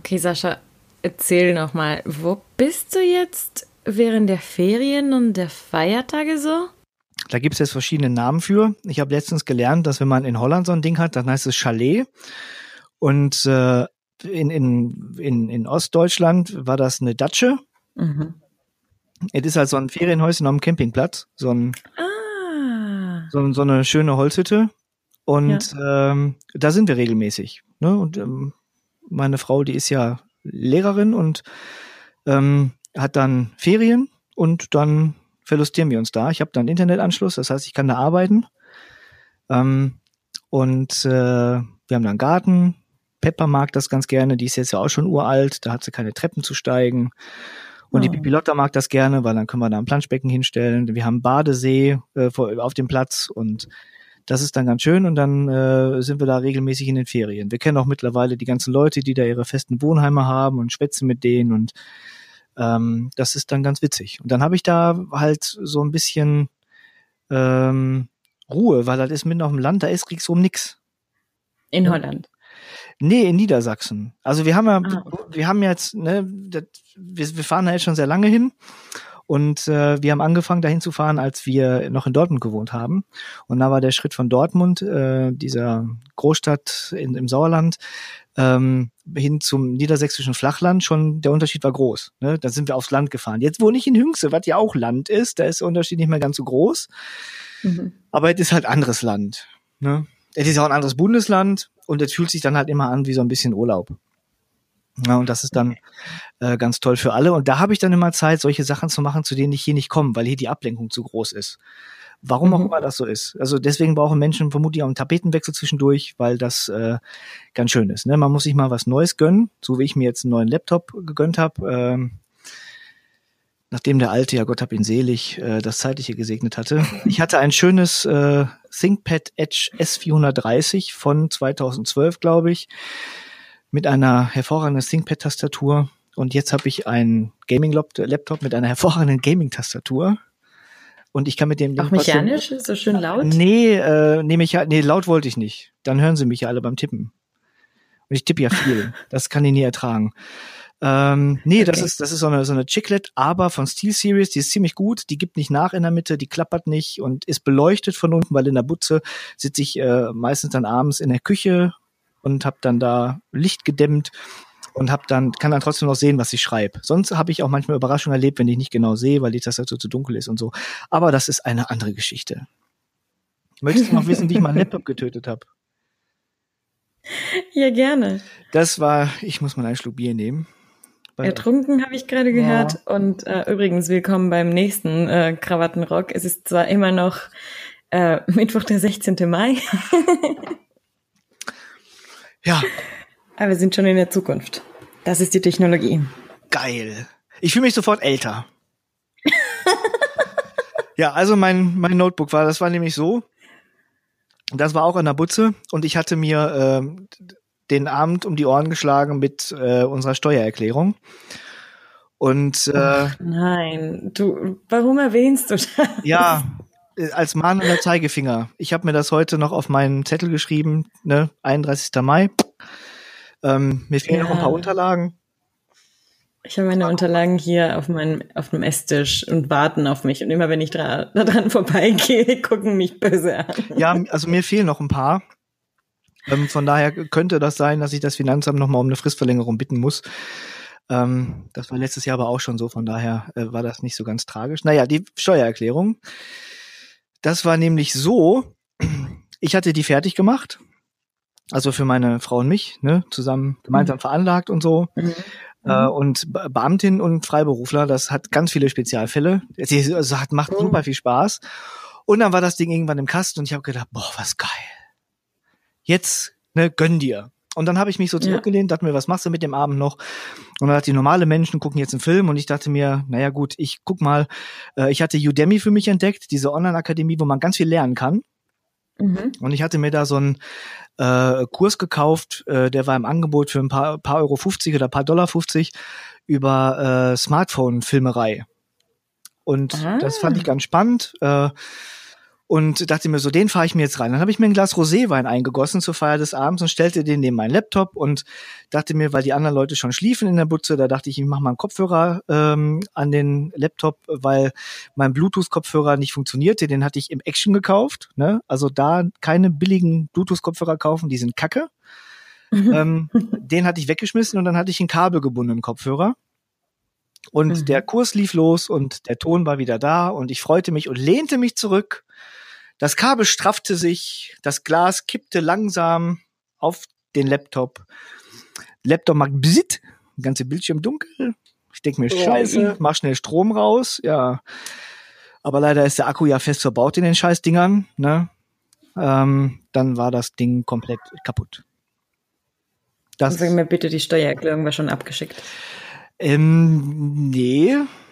Okay, Sascha, erzähl noch mal, wo bist du jetzt während der Ferien und der Feiertage so? Da gibt es jetzt verschiedene Namen für. Ich habe letztens gelernt, dass wenn man in Holland so ein Ding hat, dann heißt es Chalet. Und in Ostdeutschland war das eine Datsche. Mhm. Es ist halt so ein Ferienhäuschen am Campingplatz, Ah, so eine schöne Holzhütte. Und da sind wir regelmäßig. Ne? Und meine Frau, die ist ja Lehrerin und hat dann Ferien und dann verlustieren wir uns da. Ich habe dann Internetanschluss, das heißt, ich kann da arbeiten. Und wir haben da einen Garten. Pepper mag das ganz gerne, die ist jetzt ja auch schon uralt, da hat sie keine Treppen zu steigen. Und die Pipilotta mag das gerne, weil dann können wir da ein Planschbecken hinstellen. Wir haben einen Badesee auf dem Platz und das ist dann ganz schön und dann sind wir da regelmäßig in den Ferien. Wir kennen auch mittlerweile die ganzen Leute, die da ihre festen Wohnheime haben und schwätzen mit denen und das ist dann ganz witzig. Und dann habe ich da halt so ein bisschen Ruhe, weil das ist mitten auf dem Land, da ist ringsum nix. in Holland. Nee, in Niedersachsen. Also wir haben jetzt, ne, wir fahren da jetzt schon sehr lange hin und wir haben angefangen dahin zu fahren, als wir noch in Dortmund gewohnt haben. Und da war der Schritt von Dortmund, dieser Großstadt im Sauerland, hin zum niedersächsischen Flachland schon, der Unterschied war groß. Ne? Da sind wir aufs Land gefahren. Jetzt wohne ich in Hünxe, was ja auch Land ist, da ist der Unterschied nicht mehr ganz so groß. Mhm. Aber es ist halt anderes Land. Ne? Es ist auch ein anderes Bundesland und es fühlt sich dann halt immer an wie so ein bisschen Urlaub. Ja, und das ist dann ganz toll für alle. Und da habe ich dann immer Zeit, solche Sachen zu machen, zu denen ich hier nicht komme, weil hier die Ablenkung zu groß ist. Warum auch immer das so ist. Also deswegen brauchen Menschen vermutlich auch einen Tapetenwechsel zwischendurch, weil das ganz schön ist. Ne? Man muss sich mal was Neues gönnen, so wie ich mir jetzt einen neuen Laptop gegönnt habe, nachdem der alte, ja Gott hab ihn selig, das Zeitliche gesegnet hatte. Ich hatte ein schönes ThinkPad Edge S430 von 2012, glaube ich, mit einer hervorragenden ThinkPad-Tastatur. Und jetzt habe ich einen Gaming-Laptop mit einer hervorragenden Gaming-Tastatur. Und ich kann mit dem... Auch mechanisch? Ist so schön laut? Nee, laut wollte ich nicht. Dann hören sie mich ja alle beim Tippen. Und ich tippe ja viel. Das kann ich nie ertragen. Okay. Das ist so eine Chiclet, aber von SteelSeries, die ist ziemlich gut, die gibt nicht nach in der Mitte, die klappert nicht und ist beleuchtet von unten, weil in der Butze sitze ich meistens dann abends in der Küche und habe dann da Licht gedämmt und kann dann trotzdem noch sehen, was ich schreibe. Sonst habe ich auch manchmal Überraschungen erlebt, wenn ich nicht genau sehe, weil die Tastatur zu dunkel ist und so. Aber das ist eine andere Geschichte. Möchtest du noch wissen, wie ich meinen Laptop getötet habe? Ja, gerne. Ich muss mal einen Schluck Bier nehmen. Ertrunken habe ich gerade gehört. Ja. Und übrigens, willkommen beim nächsten Krawattenrock. Es ist zwar immer noch Mittwoch, der 16. Mai. Ja. Aber wir sind schon in der Zukunft. Das ist die Technologie. Geil. Ich fühle mich sofort älter. Ja, also mein Notebook das war nämlich so, das war auch an der Butze und ich hatte mir den Abend um die Ohren geschlagen mit unserer Steuererklärung. Und nein, warum erwähnst du das? Ja, als mahnender Zeigefinger. Ich habe mir das heute noch auf meinen Zettel geschrieben, ne, 31. Mai. Mir fehlen noch ein paar Unterlagen. Ich habe meine Unterlagen hier auf dem Esstisch und warten auf mich. Und immer wenn ich daran vorbeigehe, gucken mich böse an. Ja, also mir fehlen noch ein paar. Von daher könnte das sein, dass ich das Finanzamt nochmal um eine Fristverlängerung bitten muss. Das war letztes Jahr aber auch schon so, von daher war das nicht so ganz tragisch. Naja, die Steuererklärung. Das war nämlich so, ich hatte die fertig gemacht, also für meine Frau und mich, ne, zusammen gemeinsam veranlagt und so. Und Beamtin und Freiberufler, das hat ganz viele Spezialfälle. Macht super viel Spaß. Und dann war das Ding irgendwann im Kasten und ich habe gedacht, boah, was geil. Jetzt, ne, gönn dir. Und dann habe ich mich so zurückgelehnt, dachte mir, was machst du mit dem Abend noch? Und dann dachte ich, normale Menschen gucken jetzt einen Film und ich dachte mir, naja gut, ich guck mal, ich hatte Udemy für mich entdeckt, diese Online-Akademie, wo man ganz viel lernen kann. Und ich hatte mir da so einen Kurs gekauft, der war im Angebot für ein paar Euro 50 oder paar Dollar 50 über Smartphone-Filmerei. Und das fand ich ganz spannend. und dachte mir so, den fahre ich mir jetzt rein. Dann habe ich mir ein Glas Roséwein eingegossen zur Feier des Abends und stellte den neben meinen Laptop und dachte mir, weil die anderen Leute schon schliefen in der Butze, da dachte ich mache mal einen Kopfhörer an den Laptop, weil mein Bluetooth-Kopfhörer nicht funktionierte. Den hatte ich im Action gekauft. Ne? Also da keine billigen Bluetooth-Kopfhörer kaufen, die sind kacke. Den hatte ich weggeschmissen und dann hatte ich einen kabelgebundenen Kopfhörer. Und der Kurs lief los und der Ton war wieder da und ich freute mich und lehnte mich zurück. Das Kabel straffte sich, das Glas kippte langsam auf den Laptop. Laptop macht bzzzt, ganze Bildschirm dunkel. Ich denke mir, scheiße, mach schnell Strom raus. Ja, aber leider ist der Akku ja fest verbaut in den Scheißdingern. Ne? Dann war das Ding komplett kaputt. Sag mir bitte, die Steuererklärung war schon abgeschickt. Nee.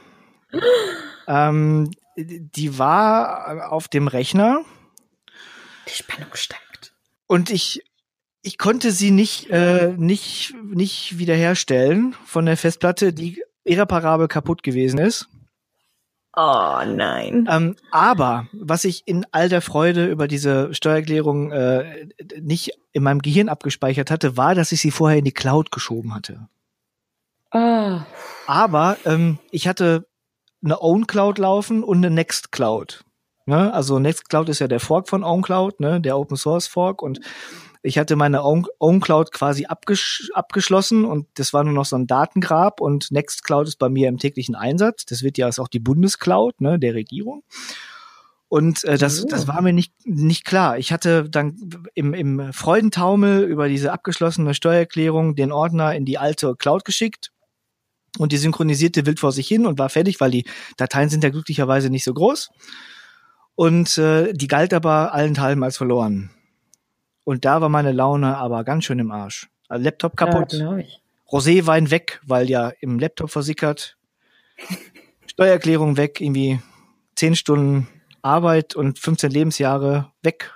Die war auf dem Rechner. Die Spannung steigt. Und ich konnte sie nicht wiederherstellen von der Festplatte, die irreparabel kaputt gewesen ist. Oh nein. Aber was ich in all der Freude über diese Steuererklärung nicht in meinem Gehirn abgespeichert hatte, war, dass ich sie vorher in die Cloud geschoben hatte. Oh. Aber ich hatte eine OwnCloud laufen und eine Nextcloud. Ne? Also Nextcloud ist ja der Fork von OwnCloud, ne? Der Open Source Fork. Und ich hatte meine OwnCloud quasi abgeschlossen und das war nur noch so ein Datengrab und Nextcloud ist bei mir im täglichen Einsatz. Das wird ja auch die Bundescloud, ne, der Regierung. Und das war mir nicht klar. Ich hatte dann im Freudentaumel über diese abgeschlossene Steuererklärung den Ordner in die alte Cloud geschickt. Und die synchronisierte wild vor sich hin und war fertig, weil die Dateien sind ja glücklicherweise nicht so groß. Und die galt aber allenthalben als verloren. Und da war meine Laune aber ganz schön im Arsch. Also Laptop kaputt, Roséwein weg, weil ja im Laptop versickert, Steuererklärung weg, irgendwie 10 Stunden Arbeit und 15 Lebensjahre weg.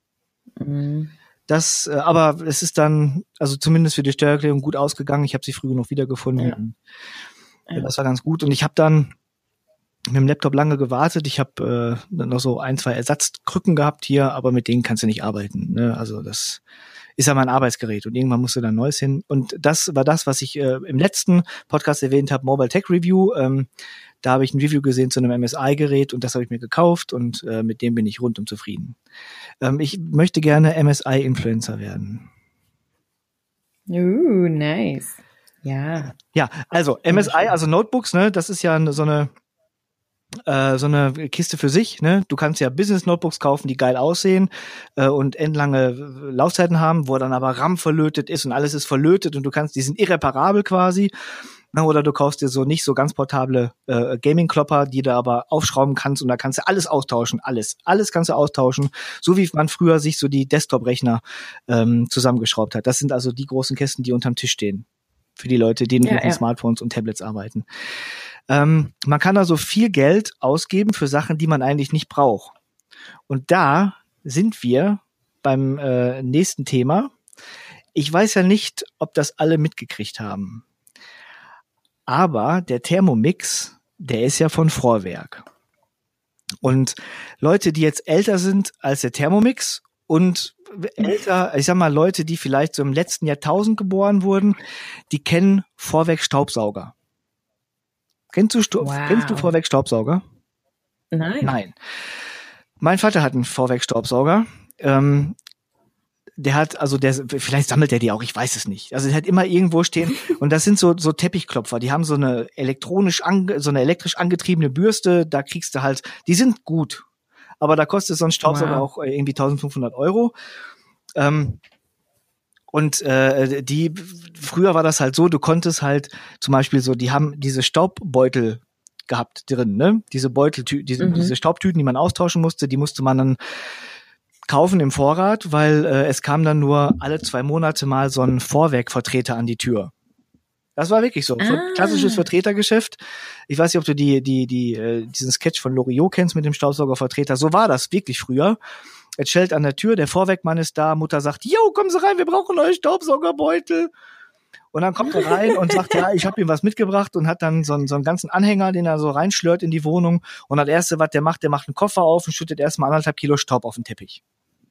Das, aber es ist dann, also zumindest für die Steuererklärung gut ausgegangen. Ich habe sie früh genug wiedergefunden. Ja. Das war ganz gut. Und ich habe dann mit dem Laptop lange gewartet. Ich habe noch so 1, 2 Ersatzkrücken gehabt hier, aber mit denen kannst du nicht arbeiten. Ne? Also das ist ja mein Arbeitsgerät und irgendwann musste da ein neues hin. Und das war das, was ich im letzten Podcast erwähnt habe, Mobile Tech Review. Da habe ich ein Review gesehen zu einem MSI-Gerät und das habe ich mir gekauft und mit dem bin ich rundum zufrieden. Ich möchte gerne MSI-Influencer werden. Nice. Ja. Ja, also MSI, also Notebooks, ne, das ist ja so eine Kiste für sich, ne? Du kannst ja Business-Notebooks kaufen, die geil aussehen und endlange Laufzeiten haben, wo dann aber RAM verlötet ist und alles ist verlötet und die sind irreparabel quasi. Oder du kaufst dir so nicht so ganz portable Gaming-Klopper, die du aber aufschrauben kannst und da kannst du alles austauschen, alles kannst du austauschen, so wie man früher sich so die Desktop-Rechner zusammengeschraubt hat. Das sind also die großen Kästen, die unterm Tisch stehen. Für die Leute, die mit den Smartphones und Tablets arbeiten. Man kann also viel Geld ausgeben für Sachen, die man eigentlich nicht braucht. Und da sind wir beim nächsten Thema. Ich weiß ja nicht, ob das alle mitgekriegt haben. Aber der Thermomix, der ist ja von Vorwerk. Und Leute, die jetzt älter sind als der Thermomix und älter, ich sag mal Leute, die vielleicht so im letzten Jahrtausend geboren wurden, die kennen Vorwerk Staubsauger. Kennst du Vorwerk Staubsauger? Nein. Mein Vater hat einen Vorwerk Staubsauger. Vielleicht sammelt er die auch, ich weiß es nicht. Also der hat immer irgendwo stehen und das sind so Teppichklopfer, die haben so eine elektrisch angetriebene Bürste, da kriegst du halt, die sind gut, aber da kostet so ein Staubsauger auch irgendwie 1.500 Euro. Früher war das halt so, du konntest halt zum Beispiel so, die haben diese Staubbeutel gehabt drin, ne? Diese diese Staubtüten, die man austauschen musste, die musste man dann kaufen im Vorrat, weil es kam dann nur alle 2 Monate mal so ein Vorwerkvertreter an die Tür. Das war wirklich so. Klassisches Vertretergeschäft. Ich weiß nicht, ob du diesen Sketch von Loriot kennst mit dem Staubsaugervertreter. So war das wirklich früher. Es schellt an der Tür, der Vorwerkmann ist da, Mutter sagt, jo, kommen Sie rein, wir brauchen neue Staubsaugerbeutel. Und dann kommt er rein und sagt, ja, ich habe ihm was mitgebracht und hat dann so einen ganzen Anhänger, den er so reinschlört in die Wohnung. Und das Erste, was der macht einen Koffer auf und schüttet erstmal 1,5 Kilo Staub auf den Teppich.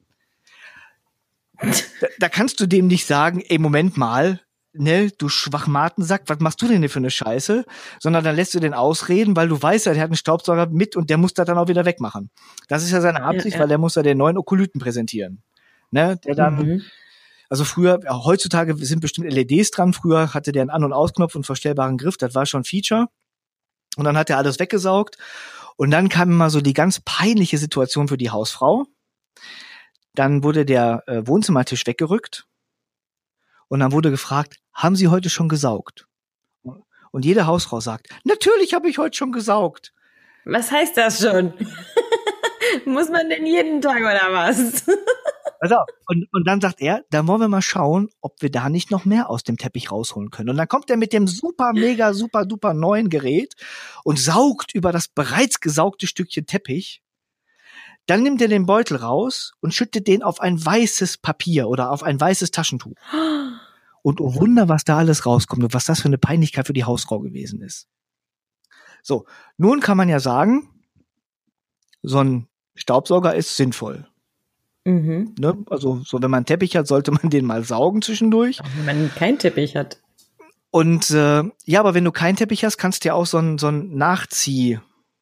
Da kannst du dem nicht sagen, ey, Moment mal, ne, du Schwachmatensack, was machst du denn hier für eine Scheiße? Sondern dann lässt du den ausreden, weil du weißt ja, der hat einen Staubsauger mit und der muss das dann auch wieder wegmachen. Das ist ja seine Absicht, weil der muss ja den neuen Okolyten präsentieren. Ne, der dann, also früher, heutzutage sind bestimmt LEDs dran, früher hatte der einen An- und Ausknopf und verstellbaren Griff, das war schon ein Feature. Und dann hat er alles weggesaugt. Und dann kam immer so die ganz peinliche Situation für die Hausfrau. Dann wurde der Wohnzimmertisch weggerückt. Und dann wurde gefragt, haben Sie heute schon gesaugt? Und jede Hausfrau sagt, natürlich habe ich heute schon gesaugt. Was heißt das schon? Muss man denn jeden Tag oder was? Also, und dann sagt er, da wollen wir mal schauen, ob wir da nicht noch mehr aus dem Teppich rausholen können. Und dann kommt er mit dem super, mega, super, duper neuen Gerät und saugt über das bereits gesaugte Stückchen Teppich. Dann nimmt er den Beutel raus und schüttet den auf ein weißes Papier oder auf ein weißes Taschentuch. Und oh Wunder, was da alles rauskommt und was das für eine Peinlichkeit für die Hausfrau gewesen ist. So, nun kann man ja sagen, so ein Staubsauger ist sinnvoll. Ne? Also so, wenn man einen Teppich hat, sollte man den mal saugen zwischendurch. Auch wenn man keinen Teppich hat. Und ja, aber wenn du keinen Teppich hast, kannst du ja auch so ein Nachzieh,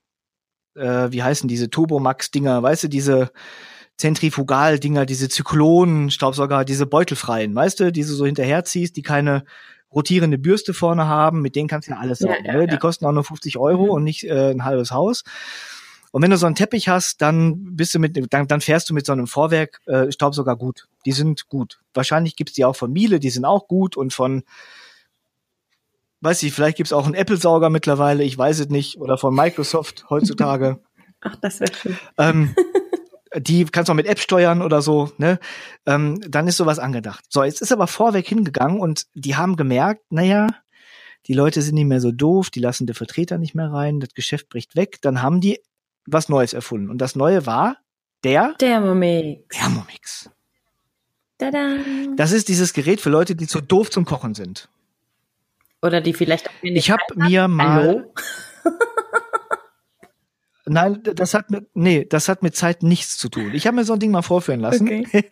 wie heißen diese Turbomax-Dinger, weißt du, diese Zentrifugal-Dinger, diese Zyklonen-Staubsauger, diese beutelfreien, weißt du, die du so hinterherziehst, die keine rotierende Bürste vorne haben, mit denen kannst du ja alles saugen. Ja, ne? Die kosten auch nur 50 € und nicht ein halbes Haus. Und wenn du so einen Teppich hast, dann bist du dann fährst du mit so einem Vorwerk Staubsauger gut. Die sind gut. Wahrscheinlich gibt's die auch von Miele, die sind auch gut und von, weiß ich, vielleicht gibt's auch einen Apple-Sauger mittlerweile, ich weiß es nicht, oder von Microsoft heutzutage. Ach, das wäre schön. Die kannst du auch mit App steuern oder so, ne? Dann ist sowas angedacht. So, jetzt ist aber Vorwerk hingegangen und die haben gemerkt, naja, die Leute sind nicht mehr so doof, die lassen die Vertreter nicht mehr rein, das Geschäft bricht weg, dann haben die was Neues erfunden. Und das Neue war der Thermomix. Tada. Das ist dieses Gerät für Leute, die zu doof zum Kochen sind. Oder die vielleicht auch nicht. Ich habe mir mal... Hallo? Nein, das hat mit Zeit nichts zu tun. Ich habe mir so ein Ding mal vorführen lassen. Okay.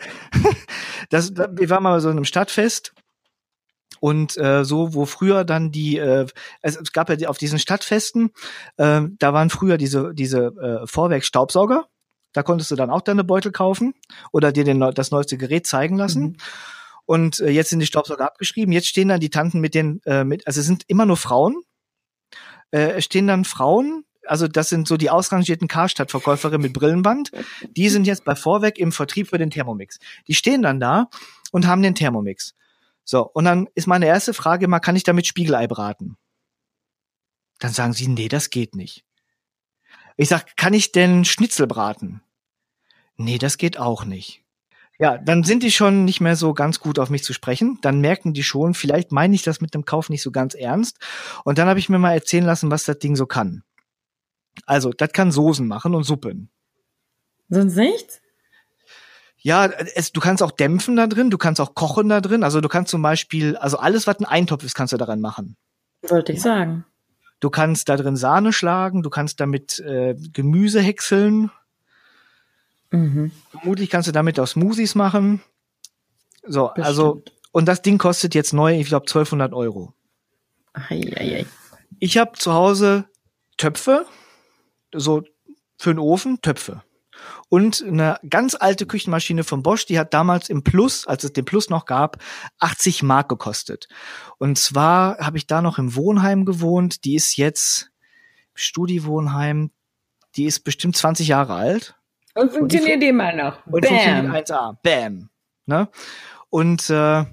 Wir waren mal so in einem Stadtfest und so, wo früher dann es gab ja auf diesen Stadtfesten, da waren früher diese Vorwerk-Staubsauger. Da konntest du dann auch deine Beutel kaufen oder dir das neueste Gerät zeigen lassen. Und jetzt sind die Staubsauger abgeschrieben. Jetzt stehen dann die Tanten also es sind immer nur Frauen. Stehen dann Frauen. Also das sind so die ausrangierten Karstadt-Verkäuferinnen mit Brillenband. Die sind jetzt bei Vorwerk im Vertrieb für den Thermomix. Die stehen dann da und haben den Thermomix. So, und dann ist meine erste Frage immer, kann ich damit Spiegelei braten? Dann sagen sie, nee, das geht nicht. Ich sag, kann ich denn Schnitzel braten? Nee, das geht auch nicht. Ja, dann sind die schon nicht mehr so ganz gut auf mich zu sprechen. Dann merken die schon, vielleicht meine ich das mit dem Kauf nicht so ganz ernst. Und dann habe ich mir mal erzählen lassen, was das Ding so kann. Also, das kann Soßen machen und Suppen. Sonst nichts? Ja, du kannst auch dämpfen da drin, du kannst auch kochen da drin. Also du kannst zum Beispiel, also alles, was ein Eintopf ist, kannst du daran machen. Wollte ich sagen. Du kannst da drin Sahne schlagen, du kannst damit Gemüse häckseln. Vermutlich kannst du damit auch Smoothies machen. So, bestimmt. Also, und das Ding kostet jetzt neu, ich glaube, 1.200 €. Ei. Ich habe zu Hause Töpfe, so für den Ofen, Töpfe. Und eine ganz alte Küchenmaschine von Bosch, die hat damals im Plus, als es den Plus noch gab, 80 Mark gekostet. Und zwar habe ich da noch im Wohnheim gewohnt, die ist jetzt Studi-Wohnheim, die ist bestimmt 20 Jahre alt. Und funktioniert die immer noch. Und funktioniert 1A. Bam. Ne? Und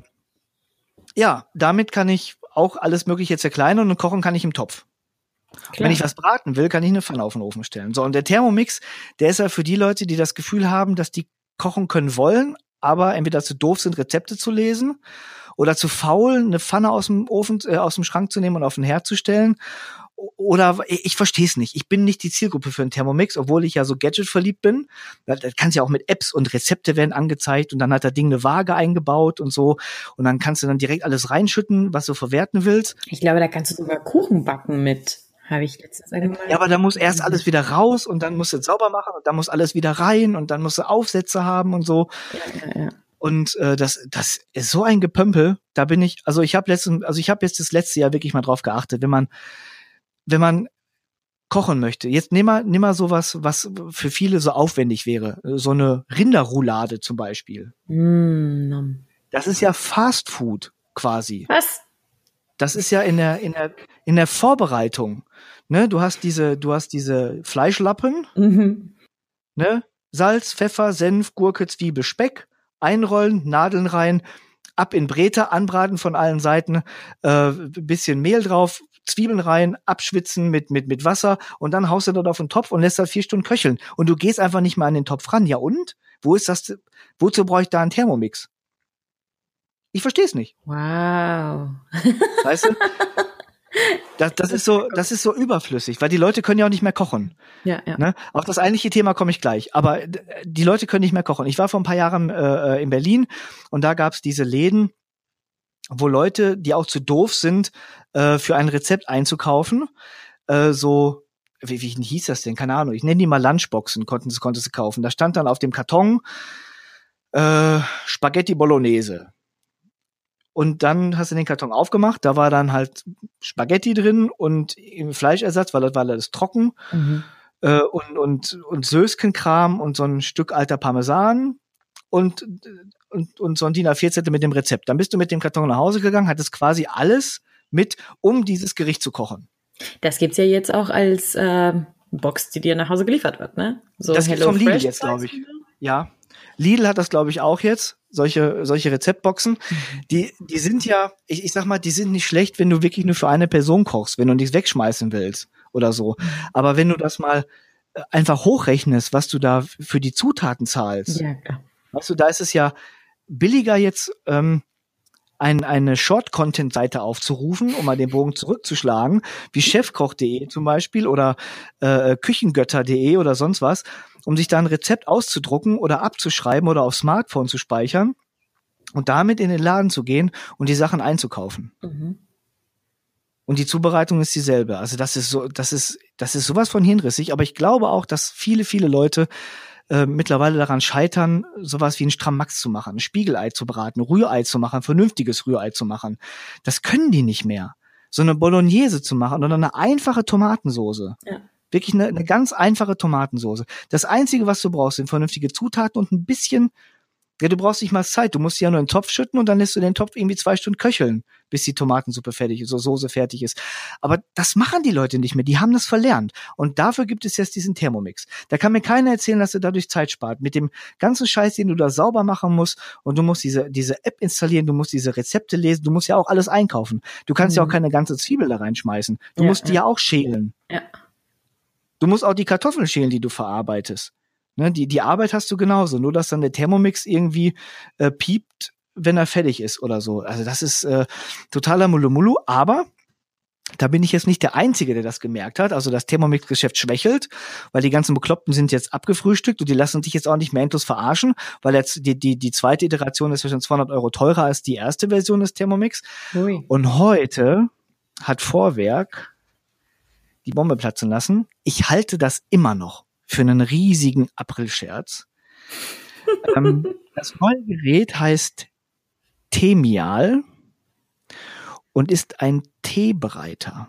ja, damit kann ich auch alles Mögliche zerkleinern und kochen kann ich im Topf. Klar. Wenn ich was braten will, kann ich eine Pfanne auf den Ofen stellen. So, und der Thermomix, der ist ja für die Leute, die das Gefühl haben, dass die kochen können wollen, aber entweder zu doof sind, Rezepte zu lesen oder zu faul, eine Pfanne aus dem Schrank zu nehmen und auf den Herd zu stellen. Oder ich verstehe es nicht. Ich bin nicht die Zielgruppe für einen Thermomix, obwohl ich ja so Gadget-verliebt bin. Da kannst du ja auch mit Apps und Rezepte werden angezeigt und dann hat das Ding eine Waage eingebaut und so. Und dann kannst du dann direkt alles reinschütten, was du verwerten willst. Ich glaube, da kannst du sogar Kuchen backen mit. Habe ich letztens einmal. Ja, aber da muss erst alles wieder raus und dann musst du es sauber machen und dann muss alles wieder rein und dann musst du Aufsätze haben und so. Ja. Und das ist so ein Gepömpel. Da bin ich, ich habe jetzt das letzte Jahr wirklich mal drauf geachtet, wenn man kochen möchte. Jetzt nimm mal sowas, was für viele so aufwendig wäre. So eine Rinderroulade zum Beispiel. Das ist ja Fast Food quasi. Was? Das ist ja in der Vorbereitung. Ne, du hast diese Fleischlappen, ne, Salz, Pfeffer, Senf, Gurke, Zwiebel, Speck, einrollen, Nadeln rein, ab in Brete, anbraten von allen Seiten, bisschen Mehl drauf, Zwiebeln rein, abschwitzen mit Wasser und dann haust du dort auf den Topf und lässt das 4 Stunden köcheln. Und du gehst einfach nicht mal an den Topf ran. Ja und? Wozu brauche ich da einen Thermomix? Ich verstehe es nicht. Wow. Weißt du? Das ist so überflüssig, weil die Leute können ja auch nicht mehr kochen. Ja. Ne? Auf das eigentliche Thema komme ich gleich. Aber die Leute können nicht mehr kochen. Ich war vor ein paar Jahren in Berlin und da gab's diese Läden, wo Leute, die auch zu doof sind, für ein Rezept einzukaufen, wie hieß das denn? Keine Ahnung. Ich nenne die mal Lunchboxen, konntest du kaufen. Da stand dann auf dem Karton Spaghetti Bolognese. Und dann hast du den Karton aufgemacht, da war dann halt Spaghetti drin und Fleischersatz, weil das war alles trocken, und Söskenkram und so ein Stück alter Parmesan und so ein DIN A4-Zettel mit dem Rezept. Dann bist du mit dem Karton nach Hause gegangen, hattest quasi alles mit, um dieses Gericht zu kochen. Das gibt's ja jetzt auch als Box, die dir nach Hause geliefert wird, ne? So das gibt's vom Lidl jetzt, glaube ich. Ja. Lidl hat das, glaube ich, auch jetzt, solche Rezeptboxen. Die sind ja, ich sag mal, die sind nicht schlecht, wenn du wirklich nur für eine Person kochst, wenn du nichts wegschmeißen willst oder so. Aber wenn du das mal einfach hochrechnest, was du da für die Zutaten zahlst, weißt du, da ist es ja billiger jetzt, eine Short-Content-Seite aufzurufen, um mal den Bogen zurückzuschlagen, wie chefkoch.de zum Beispiel oder küchengötter.de oder sonst was, um sich da ein Rezept auszudrucken oder abzuschreiben oder auf Smartphone zu speichern und damit in den Laden zu gehen und die Sachen einzukaufen. Und die Zubereitung ist dieselbe. Also das ist sowas von hirnrissig, aber ich glaube auch, dass viele Leute mittlerweile daran scheitern, sowas wie ein Strammax zu machen, ein Spiegelei zu braten, Rührei zu machen, ein vernünftiges Rührei zu machen. Das können die nicht mehr. So eine Bolognese zu machen oder eine einfache Tomatensoße. Ja. Wirklich eine ganz einfache Tomatensoße. Das Einzige, was du brauchst, sind vernünftige Zutaten und ein bisschen, ja, du brauchst nicht mal Zeit. Du musst sie ja nur in den Topf schütten und dann lässt du den Topf irgendwie 2 Stunden köcheln, bis die Tomatensuppe fertig ist, so Soße fertig ist. Aber das machen die Leute nicht mehr. Die haben das verlernt. Und dafür gibt es jetzt diesen Thermomix. Da kann mir keiner erzählen, dass du dadurch Zeit spart. Mit dem ganzen Scheiß, den du da sauber machen musst und du musst diese App installieren, du musst diese Rezepte lesen, du musst ja auch alles einkaufen. Du kannst ja auch keine ganze Zwiebel da reinschmeißen. Du musst die ja auch schälen. Ja. Du musst auch die Kartoffeln schälen, die du verarbeitest. Ne, die Arbeit hast du genauso, nur dass dann der Thermomix irgendwie piept, wenn er fertig ist oder so. Also das ist totaler Mullumullu, aber da bin ich jetzt nicht der Einzige, der das gemerkt hat. Also das Thermomix-Geschäft schwächelt, weil die ganzen Bekloppten sind jetzt abgefrühstückt und die lassen sich jetzt auch nicht mehr endlos verarschen, weil jetzt die zweite Iteration ist schon 200 € teurer als die erste Version des Thermomix. Ui. Und heute hat Vorwerk die Bombe platzen lassen. Ich halte das immer noch für einen riesigen Aprilscherz. Das neue Gerät heißt Temial und ist ein Teebereiter.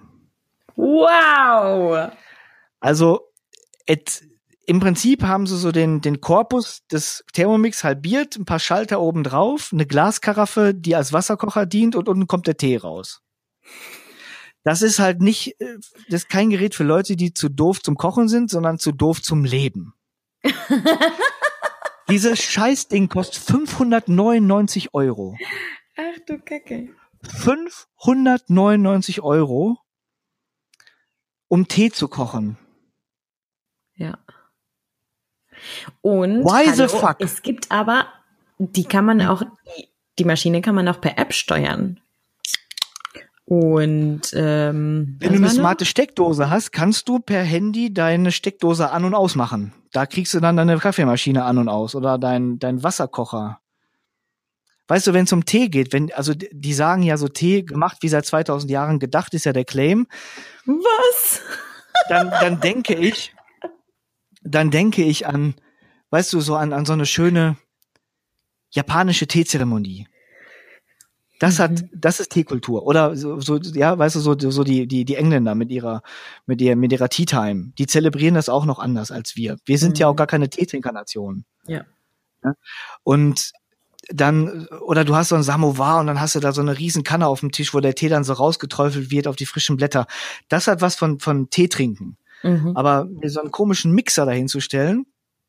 Wow! Also im Prinzip haben sie so den Korpus des Thermomix halbiert, ein paar Schalter oben drauf, eine Glaskaraffe, die als Wasserkocher dient und unten kommt der Tee raus. Das ist halt nicht, das ist kein Gerät für Leute, die zu doof zum Kochen sind, sondern zu doof zum Leben. Dieses Scheißding kostet 599 €. Ach du Kacke. 599 €, um Tee zu kochen. Ja. Und Why the fuck? Es gibt aber, die Maschine kann man auch per App steuern. Und wenn du eine smarte Steckdose hast, kannst du per Handy deine Steckdose an- und ausmachen. Da kriegst du dann deine Kaffeemaschine an und aus oder dein Wasserkocher. Weißt du, wenn es um Tee geht, also die sagen ja so, Tee gemacht wie seit 2000 Jahren gedacht, ist ja der Claim. Was? Dann denke ich an, weißt du, so an so eine schöne japanische Teezeremonie. Das ist Teekultur. Oder so, ja, weißt du, so die Engländer mit ihrer Tea Time. Die zelebrieren das auch noch anders als wir. Wir sind ja auch gar keine Teetrinkernation. Ja. Und dann, oder du hast so ein Samovar und dann hast du da so eine riesen Kanne auf dem Tisch, wo der Tee dann so rausgeträufelt wird auf die frischen Blätter. Das hat was von Tee trinken. Aber mir so einen komischen Mixer dahin zu stellen,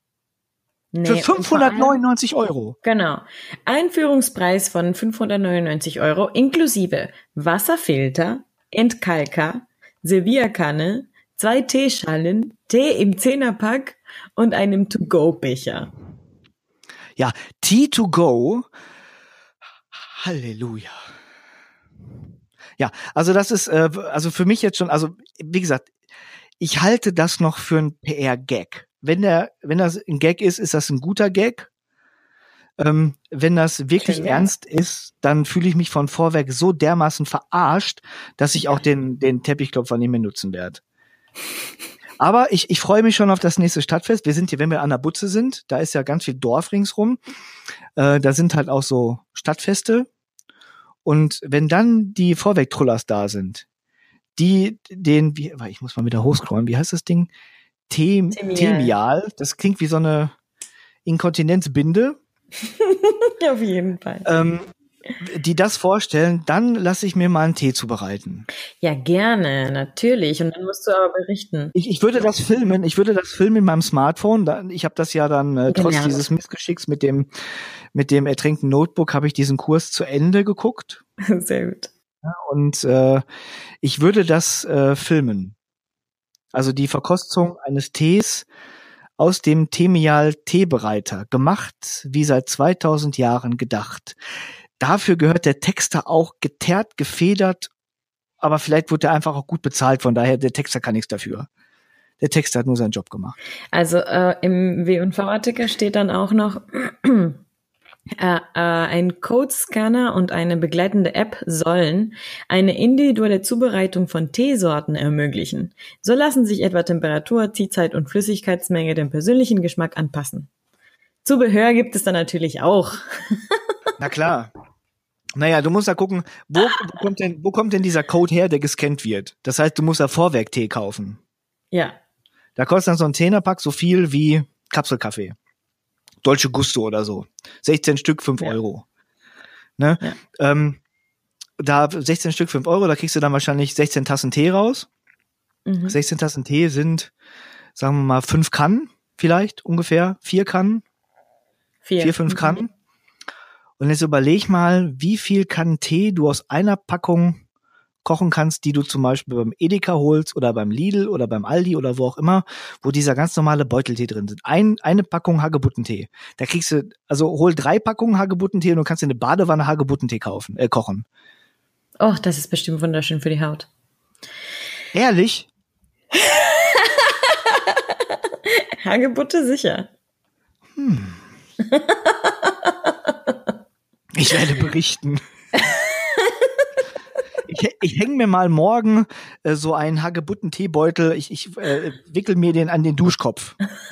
für 599 €. Genau. Einführungspreis von 599 € inklusive Wasserfilter, Entkalker, Servierkanne, 2 Teeschalen, Tee im 10er-Pack und einem To-Go-Becher. Ja, Tea to go. Halleluja. Ja, also das ist, also für mich jetzt schon, also wie gesagt, ich halte das noch für ein PR-Gag. Wenn das ein Gag ist, ist das ein guter Gag. Wenn das wirklich ernst ist, dann fühle ich mich von Vorwerk so dermaßen verarscht, dass ich auch den Teppichklopfer nicht mehr nutzen werde. Aber ich freue mich schon auf das nächste Stadtfest. Wir sind hier, wenn wir an der Butze sind, da ist ja ganz viel Dorf ringsrum. Da sind halt auch so Stadtfeste. Und wenn dann die Vorwerk-Trullers da sind, ich muss mal wieder hochscrollen, wie heißt das Ding? Themial. Das klingt wie so eine Inkontinenzbinde. Ja, auf jeden Fall. Die das vorstellen, dann lasse ich mir mal einen Tee zubereiten. Ja, gerne, natürlich. Und dann musst du aber berichten. Ich würde das filmen in meinem Smartphone. Ich habe das ja dann, trotz dieses Missgeschicks mit dem ertränkten Notebook, habe ich diesen Kurs zu Ende geguckt. Sehr gut. Ja, und ich würde das filmen. Also die Verkostung eines Tees aus dem Themial Teebereiter, gemacht wie seit 2000 Jahren gedacht. Dafür gehört der Texter auch geteert, gefedert, aber vielleicht wurde er einfach auch gut bezahlt, von daher, der Texter kann nichts dafür. Der Texter hat nur seinen Job gemacht. Also im W&V-Artikel steht dann auch noch, ein Codescanner und eine begleitende App sollen eine individuelle Zubereitung von Teesorten ermöglichen. So lassen sich etwa Temperatur, Ziehzeit und Flüssigkeitsmenge dem persönlichen Geschmack anpassen. Zubehör gibt es dann natürlich auch. Na klar. Naja, du musst da gucken, wo kommt denn dieser Code her, der gescannt wird? Das heißt, du musst da Vorwerk-Tee kaufen. Ja. Da kostet dann so ein 10er-Pack so viel wie Kapselkaffee. Dolce Gusto oder so. 16 Stück, 5 €. Ne? Ja. Da 16 Stück, 5 €, da kriegst du dann wahrscheinlich 16 Tassen Tee raus. 16 Tassen Tee sind, sagen wir mal, 5 Kannen vielleicht ungefähr. 4 Kannen. 4, 5 Kannen. Und jetzt überleg mal, wie viel Kannen Tee du aus einer Packung kochen kannst, die du zum Beispiel beim Edeka holst oder beim Lidl oder beim Aldi oder wo auch immer, wo dieser ganz normale Beuteltee drin sind. Eine Packung Hagebuttentee. Da kriegst du, also hol 3 Packungen Hagebuttentee und du kannst in eine Badewanne Hagebuttentee kochen. Oh, das ist bestimmt wunderschön für die Haut. Ehrlich? Hagebutte sicher. Ich werde berichten. Ich hänge mir mal morgen so einen Hagebutten-Teebeutel, ich wickel mir den an den Duschkopf.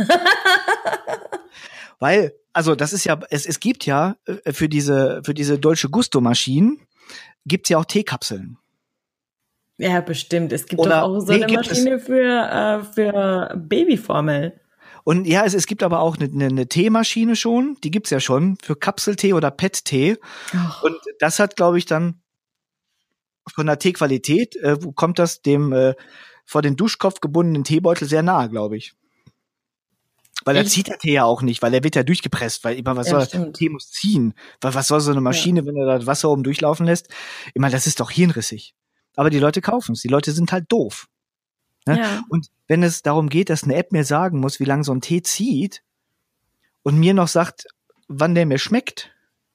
Weil, also das ist ja, es gibt ja für diese Dolce Gusto-Maschinen, gibt's ja auch Teekapseln. Ja, bestimmt. Es gibt doch auch so eine Maschine für Babyformel. Und ja, es gibt aber auch eine Teemaschine schon, die gibt's ja schon für Kapseltee oder PET-Tee. Oh. Und das hat, glaube ich, dann von der Teequalität, kommt das dem vor den Duschkopf gebundenen Teebeutel sehr nahe, glaube ich. Weil da zieht der Tee ja auch nicht, weil er wird ja durchgepresst, weil immer Tee muss ziehen. Was soll so eine Maschine, wenn er da Wasser oben durchlaufen lässt? Ich meine, das ist doch hirnrissig. Aber die Leute kaufen es, die Leute sind halt doof. Ne? Ja. Und wenn es darum geht, dass eine App mir sagen muss, wie lange so ein Tee zieht und mir noch sagt, wann der mir schmeckt,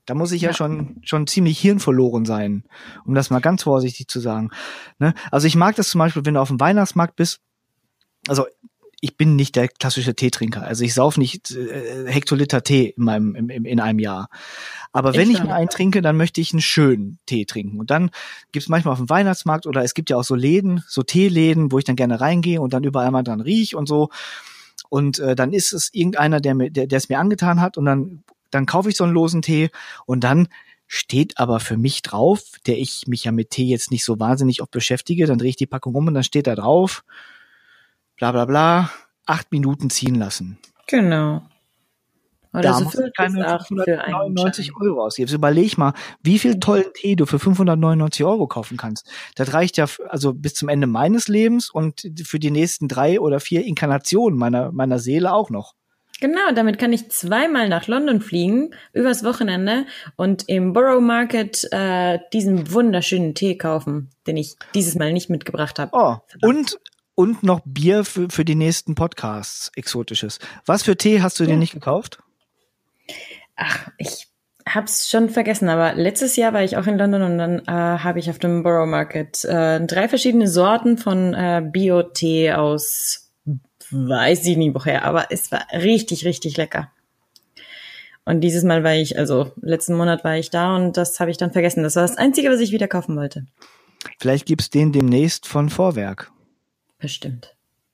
Da muss ich ja schon ziemlich hirnverloren sein, um das mal ganz vorsichtig zu sagen. Ne? Also ich mag das zum Beispiel, wenn du auf dem Weihnachtsmarkt bist. Also ich bin nicht der klassische Teetrinker. Also ich sauf nicht Hektoliter Tee in einem Jahr. Aber wenn ich mal einen trinke, dann möchte ich einen schönen Tee trinken. Und dann gibt's manchmal auf dem Weihnachtsmarkt oder es gibt ja auch so Läden, so Teeläden, wo ich dann gerne reingehe und dann überall mal dran riech und so. Und dann ist es irgendeiner, der es mir angetan hat und dann kaufe ich so einen losen Tee und dann steht aber für mich drauf, der ich mich ja mit Tee jetzt nicht so wahnsinnig oft beschäftige, dann drehe ich die Packung um und dann steht da drauf, bla bla bla, 8 Minuten ziehen lassen. Genau. Oder da so muss ich keine 599 € Euro ausgeben. Also überleg mal, wie viel tollen Tee du für 599 € kaufen kannst. Das reicht ja also bis zum Ende meines Lebens und für die nächsten 3 oder 4 Inkarnationen meiner Seele auch noch. Genau, damit kann ich 2-mal nach London fliegen, übers Wochenende und im Borough Market diesen wunderschönen Tee kaufen, den ich dieses Mal nicht mitgebracht habe. Oh, und noch Bier für die nächsten Podcasts, Exotisches. Was für Tee hast du dir nicht gekauft? Ach, ich hab's schon vergessen, aber letztes Jahr war ich auch in London und dann habe ich auf dem Borough Market 3 verschiedene Sorten von Bio-Tee aus, weiß ich nicht woher, aber es war richtig, richtig lecker. Und dieses Mal letzten Monat war ich da und das habe ich dann vergessen. Das war das Einzige, was ich wieder kaufen wollte. Vielleicht gibt's den demnächst von Vorwerk. Bestimmt.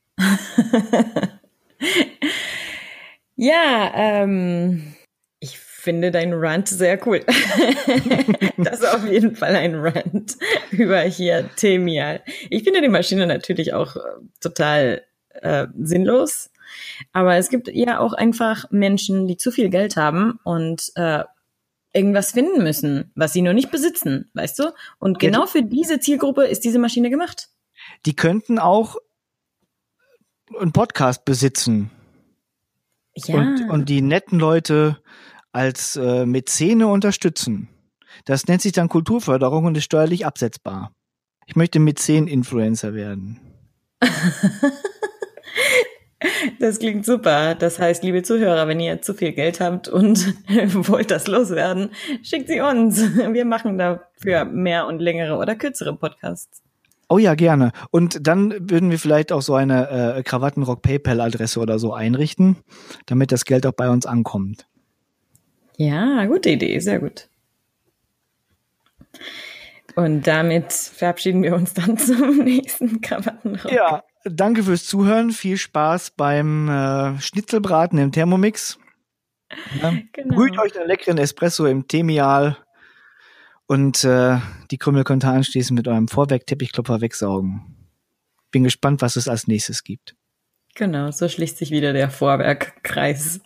Ja, ich finde deinen Rant sehr cool. Das ist auf jeden Fall ein Rant über hier Themial. Ich finde die Maschine natürlich auch total sinnlos, aber es gibt ja auch einfach Menschen, die zu viel Geld haben und irgendwas finden müssen, was sie nur nicht besitzen, weißt du? Und genau für diese Zielgruppe ist diese Maschine gemacht. Die könnten auch einen Podcast besitzen. Ja. Und die netten Leute als Mäzene unterstützen. Das nennt sich dann Kulturförderung und ist steuerlich absetzbar. Ich möchte Mäzen-Influencer werden. Das klingt super. Das heißt, liebe Zuhörer, wenn ihr zu viel Geld habt und wollt das loswerden, schickt sie uns. Wir machen dafür mehr und längere oder kürzere Podcasts. Oh ja, gerne. Und dann würden wir vielleicht auch so eine Krawattenrock-PayPal-Adresse oder so einrichten, damit das Geld auch bei uns ankommt. Ja, gute Idee, sehr gut. Und damit verabschieden wir uns dann zum nächsten Krawattenrock. Ja, danke fürs Zuhören. Viel Spaß beim Schnitzelbraten im Thermomix. Ja, genau. Brüht euch einen leckeren Espresso im Themial. Und die Krümel könnt ihr anschließend mit eurem Vorwerk-Teppichklopfer wegsaugen. Bin gespannt, was es als nächstes gibt. Genau, so schließt sich wieder der Vorwerk-Kreis.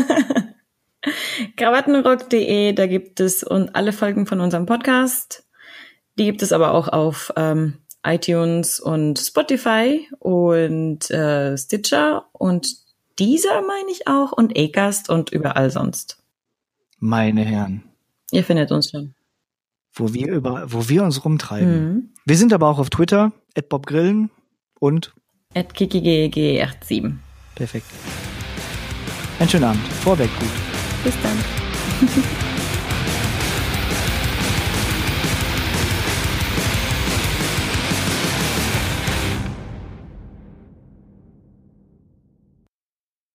Krawattenrock.de, da gibt es alle Folgen von unserem Podcast. Die gibt es aber auch auf iTunes und Spotify und Stitcher und Deezer, meine ich auch, und Acast und überall sonst. Meine Herren. Ihr findet uns schon. Wo wir uns rumtreiben. Mhm. Wir sind aber auch auf Twitter, @bobgrillen und @kikigg87. Perfekt. Einen schönen Abend. Vorweg gut. Bis dann.